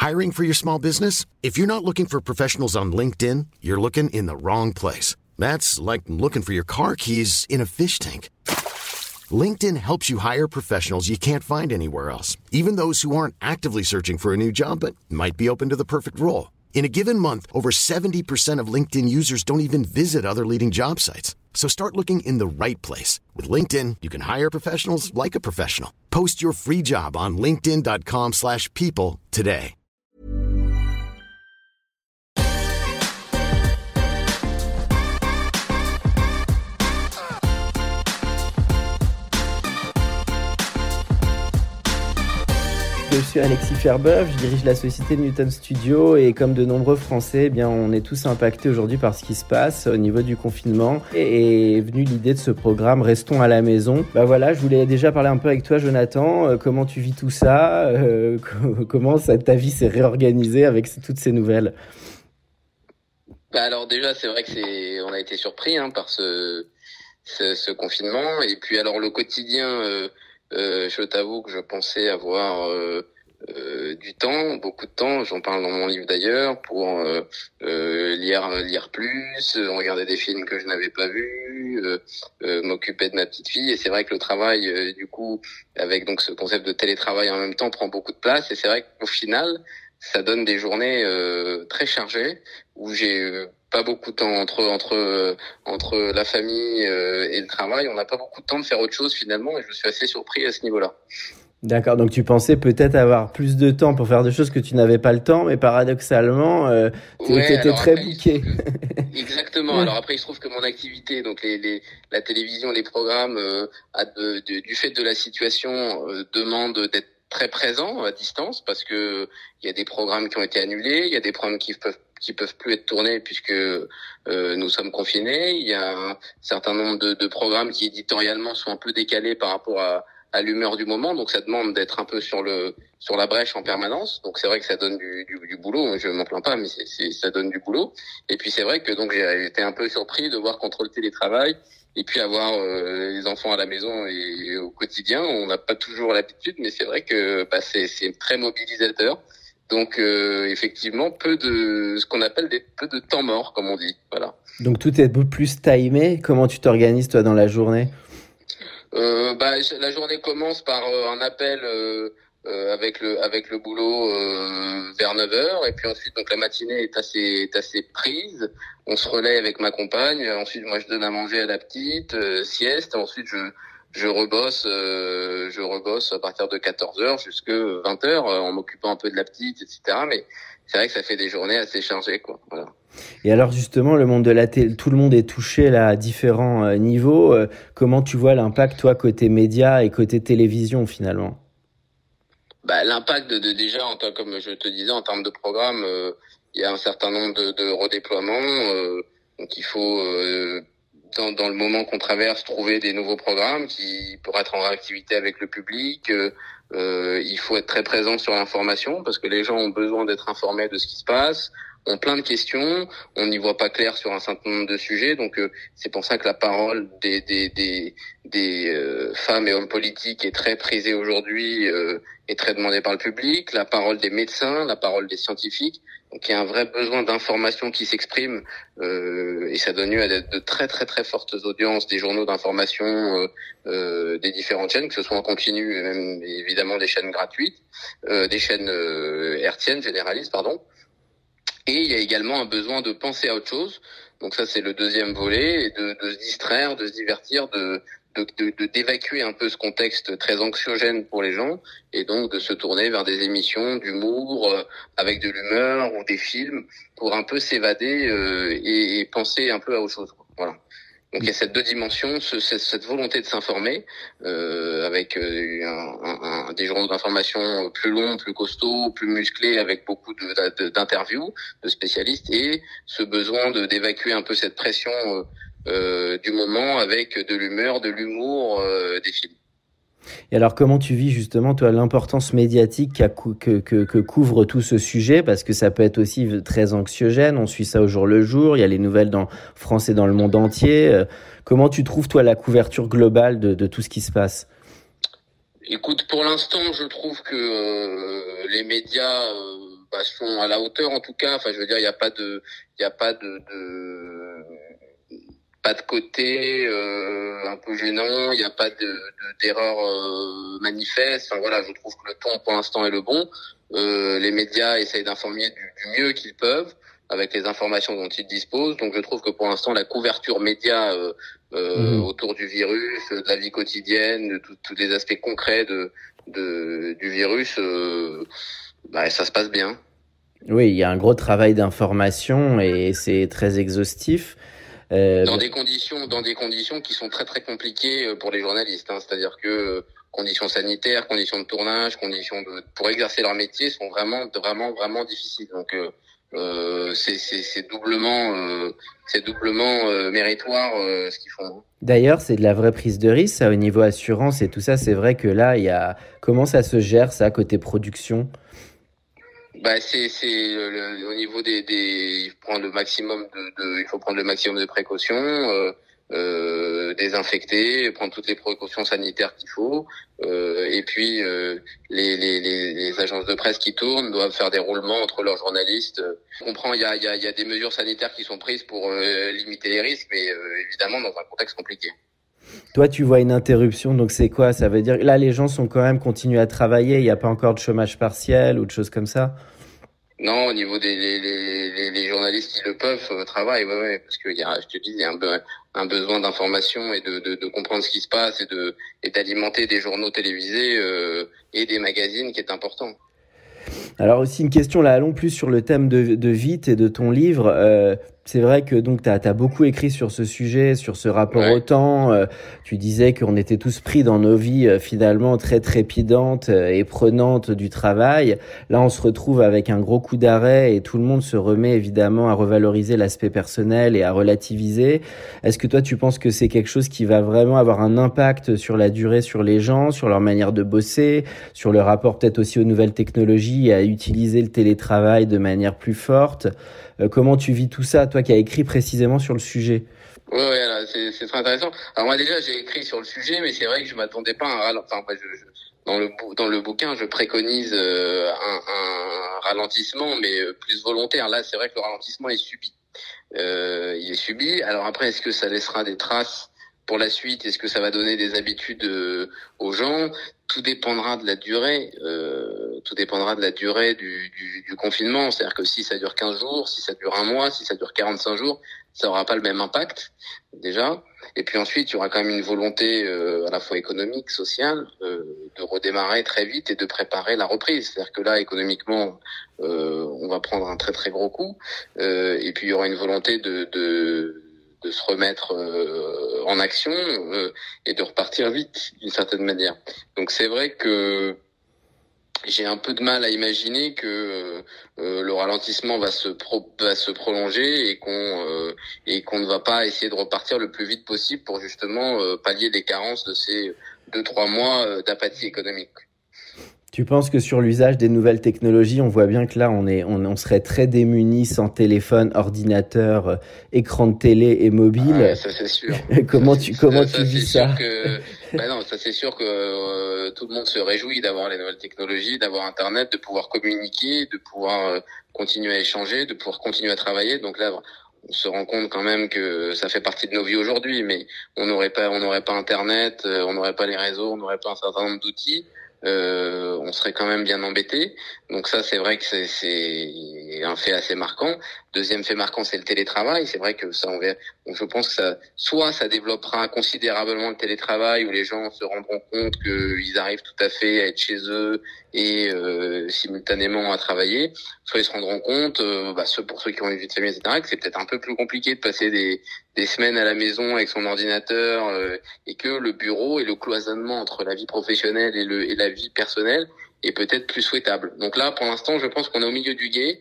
Hiring for your small business? If you're not looking for professionals on LinkedIn, you're looking in the wrong place. That's like looking for your car keys in a fish tank. LinkedIn helps you hire professionals you can't find anywhere else, even those who aren't actively searching for a new job but might be open to the perfect role. In a given month, over 70% of LinkedIn users don't even visit other leading job sites. So start looking in the right place. With LinkedIn, you can hire professionals like a professional. Post your free job on linkedin.com/people today. Je suis Alexis Ferbeuf, je dirige la société Newton Studio et comme de nombreux Français, eh bien, on est tous impactés aujourd'hui par ce qui se passe au niveau du confinement et est venue l'idée de ce programme Restons à la maison. Voilà, je voulais déjà parler un peu avec toi Jonathan, comment tu vis tout ça, comment ta vie s'est réorganisée avec toutes ces nouvelles? Alors déjà, c'est vrai que on a été surpris par ce confinement et puis alors le quotidien. Je t'avoue que je pensais avoir du temps, beaucoup de temps, j'en parle dans mon livre d'ailleurs, pour lire plus, regarder des films que je n'avais pas vus, m'occuper de ma petite fille. Et c'est vrai que le travail, du coup, avec donc ce concept de télétravail en même temps, prend beaucoup de place. Et c'est vrai qu'au final, ça donne des journées très chargées où j'ai pas beaucoup de temps entre la famille et le travail. On n'a pas beaucoup de temps de faire autre chose finalement, et je suis assez surpris à ce niveau-là. D'accord, donc tu pensais peut-être avoir plus de temps pour faire des choses que tu n'avais pas le temps, mais paradoxalement, t'étais très booké. Exactement. Alors après, il se trouve que mon activité, donc la télévision, les programmes, du fait de la situation, demande d'être très présent à distance, parce que il y a des programmes qui ont été annulés, il y a des programmes qui peuvent plus être tournés puisque nous sommes confinés. Il y a un certain nombre de programmes qui éditorialement sont un peu décalés par rapport à l'humeur du moment, donc ça demande d'être un peu sur la brèche en permanence. Donc c'est vrai que ça donne du boulot, je m'en plains pas, mais ça donne du boulot. Et puis c'est vrai que donc j'ai été un peu surpris de voir qu'entre le télétravail et puis avoir les enfants à la maison et au quotidien, on n'a pas toujours l'habitude, mais c'est vrai que c'est très mobilisateur. Donc effectivement, ce qu'on appelle peu de temps mort, comme on dit. Voilà. Donc tout est beaucoup plus timé. Comment tu t'organises toi dans la journée? La journée commence par un appel avec le boulot vers 9h, et puis ensuite donc la matinée est assez prise. On se relaie avec ma compagne. Ensuite moi je donne à manger à la petite, sieste. Ensuite je rebosse à partir de 14h jusque 20h en m'occupant un peu de la petite, etc. Mais c'est vrai que ça fait des journées assez chargées, quoi. Voilà. Et alors justement, le monde de la télé, tout le monde est touché là à différents niveaux. Comment tu vois l'impact, toi, côté médias et côté télévision, finalement? L'impact déjà, comme je te disais, en termes de programme, il y a un certain nombre de redéploiements. Donc il faut, dans le moment qu'on traverse, trouver des nouveaux programmes qui pourraient être en réactivité avec le public. Il faut être très présent sur l'information parce que les gens ont besoin d'être informés de ce qui se passe, ont plein de questions, on n'y voit pas clair sur un certain nombre de sujets. Donc c'est pour ça que la parole des femmes et hommes politiques est très prisée aujourd'hui, est très demandée par le public. La parole des médecins, la parole des scientifiques. Donc il y a un vrai besoin d'information qui s'exprime, et ça donne lieu à de très très très fortes audiences des journaux d'information, des différentes chaînes, que ce soit en continu et même évidemment des chaînes gratuites, des chaînes hertziennes, généralistes, pardon. Et il y a également un besoin de penser à autre chose. Donc ça, c'est le deuxième volet, et de se distraire, de se divertir, d'évacuer un peu ce contexte très anxiogène pour les gens, et donc de se tourner vers des émissions d'humour, avec de l'humeur ou des films, pour un peu s'évader et penser un peu à autre chose. Voilà. Donc il y a cette deux dimensions, cette volonté de s'informer, avec des journaux d'information plus longs, plus costauds, plus musclés, avec beaucoup d'interviews de spécialistes, et ce besoin d'évacuer un peu cette pression du moment avec de l'humeur, de l'humour, des films. Et alors, comment tu vis justement, toi, l'importance médiatique que couvre tout ce sujet? Parce que ça peut être aussi très anxiogène, on suit ça au jour le jour, il y a les nouvelles dans France et dans le monde entier. Comment tu trouves, toi, la couverture globale de tout ce qui se passe? Écoute, pour l'instant, je trouve que les médias sont à la hauteur en tout cas. Enfin, je veux dire, il y a pas de pas de côté un peu gênant, il n'y a pas d'erreur manifeste. Enfin, voilà, je trouve que le ton pour l'instant est le bon. Les médias essayent d'informer du mieux qu'ils peuvent avec les informations dont ils disposent. Donc je trouve que pour l'instant la couverture média autour du virus, de la vie quotidienne, de tous les aspects concrets du virus, ça se passe bien. Oui, il y a un gros travail d'information et c'est très exhaustif. Dans des conditions qui sont très très compliquées pour les journalistes, hein. C'est-à-dire que conditions sanitaires, conditions de tournage, pour exercer leur métier sont vraiment vraiment difficiles. Donc c'est doublement méritoire ce qu'ils font. D'ailleurs, c'est de la vraie prise de risque, ça, au niveau assurance et tout ça. C'est vrai que là, comment ça se gère, ça, côté production? C'est au niveau il faut prendre le maximum de précautions, désinfecter, prendre toutes les précautions sanitaires qu'il faut, et puis les agences de presse qui tournent doivent faire des roulements entre leurs journalistes. Je comprends, il y a des mesures sanitaires qui sont prises pour limiter les risques, mais évidemment dans un contexte compliqué. Toi, tu vois une interruption, donc c'est quoi? Ça veut dire là, les gens sont quand même continuent à travailler, il n'y a pas encore de chômage partiel ou de choses comme ça? Non, au niveau les journalistes qui le peuvent travaillent, ouais, parce que je te dis, il y a un besoin d'information et de comprendre ce qui se passe et d'alimenter des journaux télévisés et des magazines qui est important. Alors aussi une question, là, allons plus sur le thème de Vite et de ton livre. C'est vrai que donc t'as beaucoup écrit sur ce sujet, sur ce rapport au temps. Tu disais qu'on était tous pris dans nos vies finalement très trépidantes et prenantes du travail. Là, on se retrouve avec un gros coup d'arrêt et tout le monde se remet évidemment à revaloriser l'aspect personnel et à relativiser. Est-ce que toi, tu penses que c'est quelque chose qui va vraiment avoir un impact sur la durée, sur les gens, sur leur manière de bosser, sur le rapport peut-être aussi aux nouvelles technologies et à utiliser le télétravail de manière plus forte? Comment tu vis tout ça, toi qui as écrit précisément sur le sujet? Ouais, là, c'est très intéressant. Alors moi déjà j'ai écrit sur le sujet, mais c'est vrai que je m'attendais pas à un ralentissement. Enfin, dans le bouquin, je préconise un ralentissement, mais plus volontaire. Là, c'est vrai que le ralentissement est subi. Il est subi. Alors après, est-ce que ça laissera des traces pour la suite? Est-ce que ça va donner des habitudes aux gens? Tout dépendra de la durée. Tout dépendra de la durée du confinement. C'est-à-dire que si ça dure 15 jours, si ça dure un mois, si ça dure 45 jours, ça aura pas le même impact, déjà. Et puis ensuite, il y aura quand même une volonté à la fois économique, sociale, de redémarrer très vite et de préparer la reprise. C'est-à-dire que là, économiquement, on va prendre un très très gros coup. Et puis il y aura une volonté de se remettre en action et de repartir vite, d'une certaine manière. Donc c'est vrai que j'ai un peu de mal à imaginer que le ralentissement va se prolonger et qu'on ne va pas essayer de repartir le plus vite possible pour justement pallier les carences de ces 2-3 mois d'apathie économique. Tu penses que sur l'usage des nouvelles technologies, on voit bien que là, on serait très démunis sans téléphone, ordinateur, écran de télé et mobile. Ouais, ça c'est sûr. Comment tu vis ça? Non, ça c'est sûr que tout le monde se réjouit d'avoir les nouvelles technologies, d'avoir Internet, de pouvoir communiquer, de pouvoir continuer à échanger, de pouvoir continuer à travailler. Donc là, on se rend compte quand même que ça fait partie de nos vies aujourd'hui, mais on n'aurait pas Internet, on n'aurait pas les réseaux, on n'aurait pas un certain nombre d'outils. On serait quand même bien embêté. Donc ça, c'est vrai que c'est un fait assez marquant. Deuxième fait marquant, c'est le télétravail. C'est vrai que ça, donc je pense que ça développera considérablement le télétravail, où les gens se rendront compte qu'ils arrivent tout à fait à être chez eux et simultanément à travailler. Soit ils se rendront compte, pour ceux qui ont une vie de famille, etc., que c'est peut-être un peu plus compliqué de passer des semaines à la maison avec son ordinateur et que le bureau et le cloisonnement entre la vie professionnelle et la vie personnelle est peut-être plus souhaitable. Donc là, pour l'instant, je pense qu'on est au milieu du gué.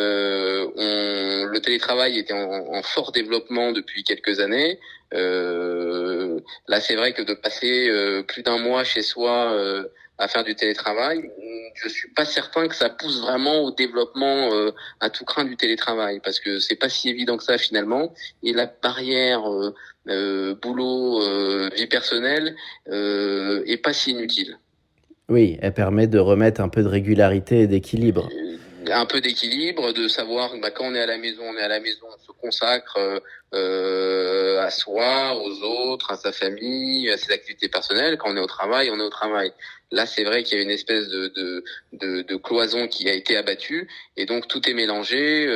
Le télétravail était en fort développement depuis quelques années. Là, c'est vrai que de passer plus d'un mois chez soi à faire du télétravail, je suis pas certain que ça pousse vraiment au développement à tout craint du télétravail, parce que c'est pas si évident que ça finalement, et la barrière boulot vie personnelle est pas si inutile. Oui, elle permet de remettre un peu de régularité et d'équilibre. un peu d'équilibre, de savoir quand on est à la maison, on se consacre à soi, aux autres, à sa famille, à ses activités personnelles. Quand on est au travail, on est au travail. Là, c'est vrai qu'il y a une espèce de cloison qui a été abattue, et donc tout est mélangé.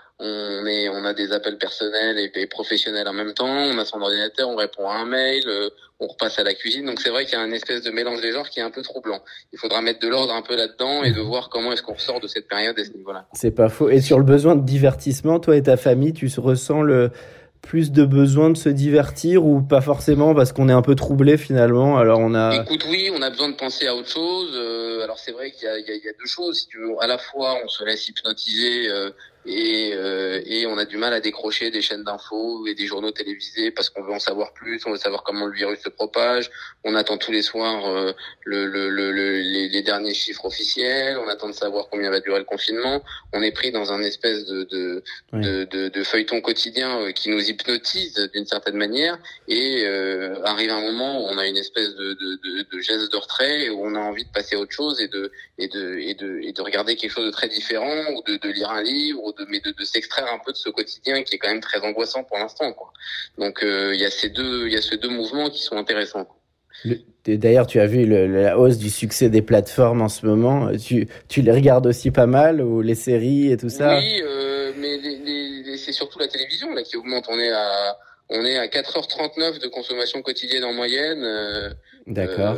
On a des appels personnels et professionnels en même temps. On a son ordinateur, on répond à un mail, on repasse à la cuisine. Donc c'est vrai qu'il y a un espèce de mélange des genres qui est un peu troublant. Il faudra mettre de l'ordre un peu là-dedans et de voir comment est-ce qu'on ressort de cette période à ce niveau-là. C'est pas faux. Et sur le besoin de divertissement, toi et ta famille, tu ressens plus de besoin de se divertir ou pas forcément parce qu'on est un peu troublé finalement? Alors Écoute, oui, on a besoin de penser à autre chose. Alors c'est vrai qu'il y a deux choses. Si tu veux, à la fois, on se laisse hypnotiser et on a du mal à décrocher des chaînes d'infos et des journaux télévisés parce qu'on veut en savoir plus, on veut savoir comment le virus se propage. On attend tous les soirs les derniers chiffres officiels. On attend de savoir combien va durer le confinement. On est pris dans un espèce de feuilleton quotidien qui nous hypnotise d'une certaine manière, et arrive un moment où on a une espèce de geste de retrait, où on a envie de passer à autre chose et de regarder quelque chose de très différent, ou de lire un livre, ou de s'extraire un peu de ce quotidien qui est quand même très angoissant pour l'instant, quoi. Donc il y a ces deux mouvements qui sont intéressants. D'ailleurs, tu as vu la hausse du succès des plateformes en ce moment. Tu les regardes aussi pas mal, ou les séries et tout ça? Oui, mais c'est surtout la télévision là qui augmente. On est à 4h39 de consommation quotidienne en moyenne. D'accord.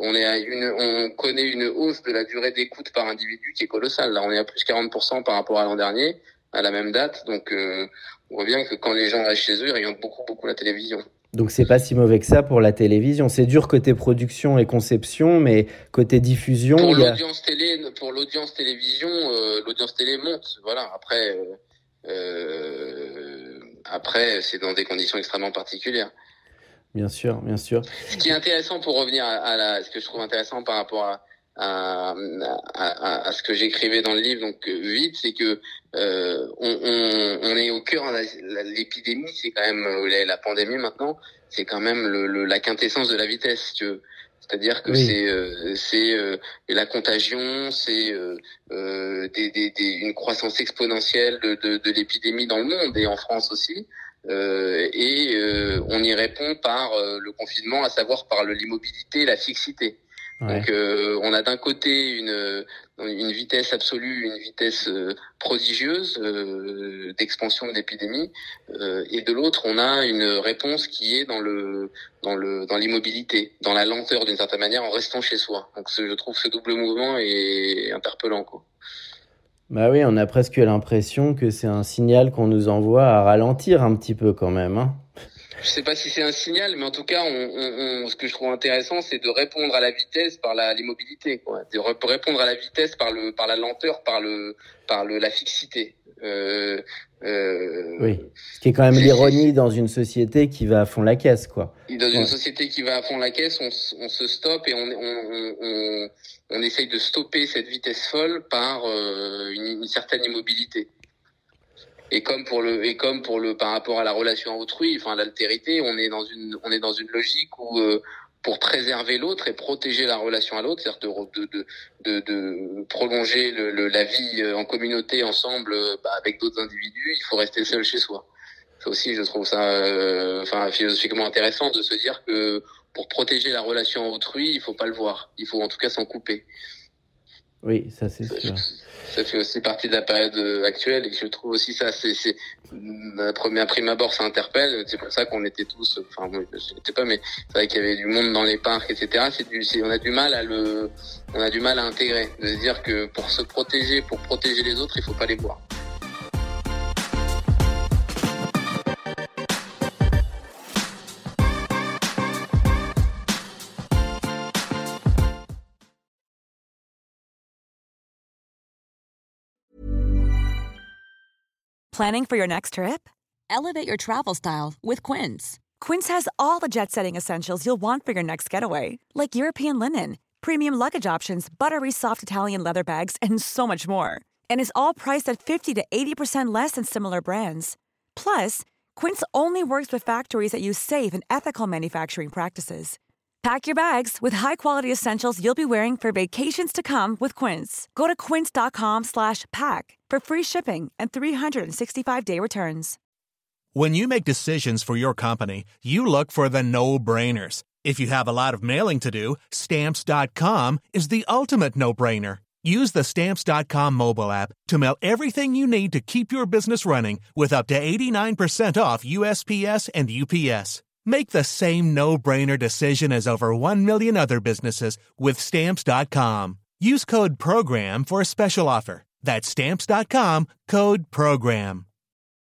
On connaît une hausse de la durée d'écoute par individu qui est colossale. Là, on est à plus 40% par rapport à l'an dernier, à la même date. Donc, on voit bien que quand les gens restent chez eux, ils regardent beaucoup la télévision. Donc c'est pas si mauvais que ça pour la télévision. C'est dur côté production et conception, mais côté diffusion, pour l'audience télévision, l'audience télé monte. Voilà. Après, c'est dans des conditions extrêmement particulières. Bien sûr. Ce qui est intéressant, pour revenir ce que je trouve intéressant par rapport à ce que j'écrivais dans le livre, donc vite, c'est que on est au cœur de l'épidémie. C'est quand même la pandémie maintenant. C'est quand même la quintessence de la vitesse, si tu veux. C'est-à-dire que oui. c'est la contagion, c'est une croissance exponentielle de l'épidémie dans le monde et en France aussi. On y répond par le confinement, à savoir par l'immobilité, la fixité. Ouais. Donc on a d'un côté une vitesse absolue, une vitesse prodigieuse d'expansion de l'épidémie, et de l'autre on a une réponse qui est dans l'immobilité, dans la lenteur d'une certaine manière, en restant chez soi. Donc je trouve ce double mouvement est interpellant, quoi. Bah oui, on a presque l'impression que c'est un signal qu'on nous envoie à ralentir un petit peu quand même, hein. Je sais pas si c'est un signal, mais en tout cas, ce que je trouve intéressant, c'est de répondre à la vitesse par l'immobilité, quoi. De répondre à la vitesse par la lenteur, par la fixité. Oui, ce qui est quand même l'ironie dans une société qui va à fond la caisse, quoi. Dans une société qui va à fond la caisse, on se stoppe et on essaye de stopper cette vitesse folle par une certaine immobilité. Et comme par rapport à la relation à autrui, enfin l'altérité, on est dans une logique où pour préserver l'autre et protéger la relation à l'autre, c'est-à-dire de prolonger la vie en communauté ensemble, avec d'autres individus, il faut rester seul chez soi. Ça aussi, je trouve ça philosophiquement intéressant de se dire que pour protéger la relation à autrui, il faut pas le voir, il faut en tout cas s'en couper. Oui, ça c'est sûr. Ça fait aussi partie de la période actuelle, et je trouve aussi ça, c'est à prime abord, ça interpelle. C'est pour ça qu'on était tous, enfin, moi, je n'étais pas, mais c'est vrai qu'il y avait du monde dans les parcs, etc. On a du mal à intégrer, de se dire que pour protéger les autres, il faut pas les voir. Planning for your next trip? Elevate your travel style with Quince. Quince has all the jet-setting essentials you'll want for your next getaway, like European linen, premium luggage options, buttery soft Italian leather bags, and so much more. And is all priced at 50 to 80% less than similar brands. Plus, Quince only works with factories that use safe and ethical manufacturing practices. Pack your bags with high-quality essentials you'll be wearing for vacations to come with Quince. Go to quince.com/pack for free shipping and 365-day returns. When you make decisions for your company, you look for the no-brainers. If you have a lot of mailing to do, Stamps.com is the ultimate no-brainer. Use the Stamps.com mobile app to mail everything you need to keep your business running with up to 89% off USPS and UPS. Make the same no-brainer decision as over 1 million other businesses with Stamps.com. Use code PROGRAM for a special offer. That's Stamps.com, code PROGRAM.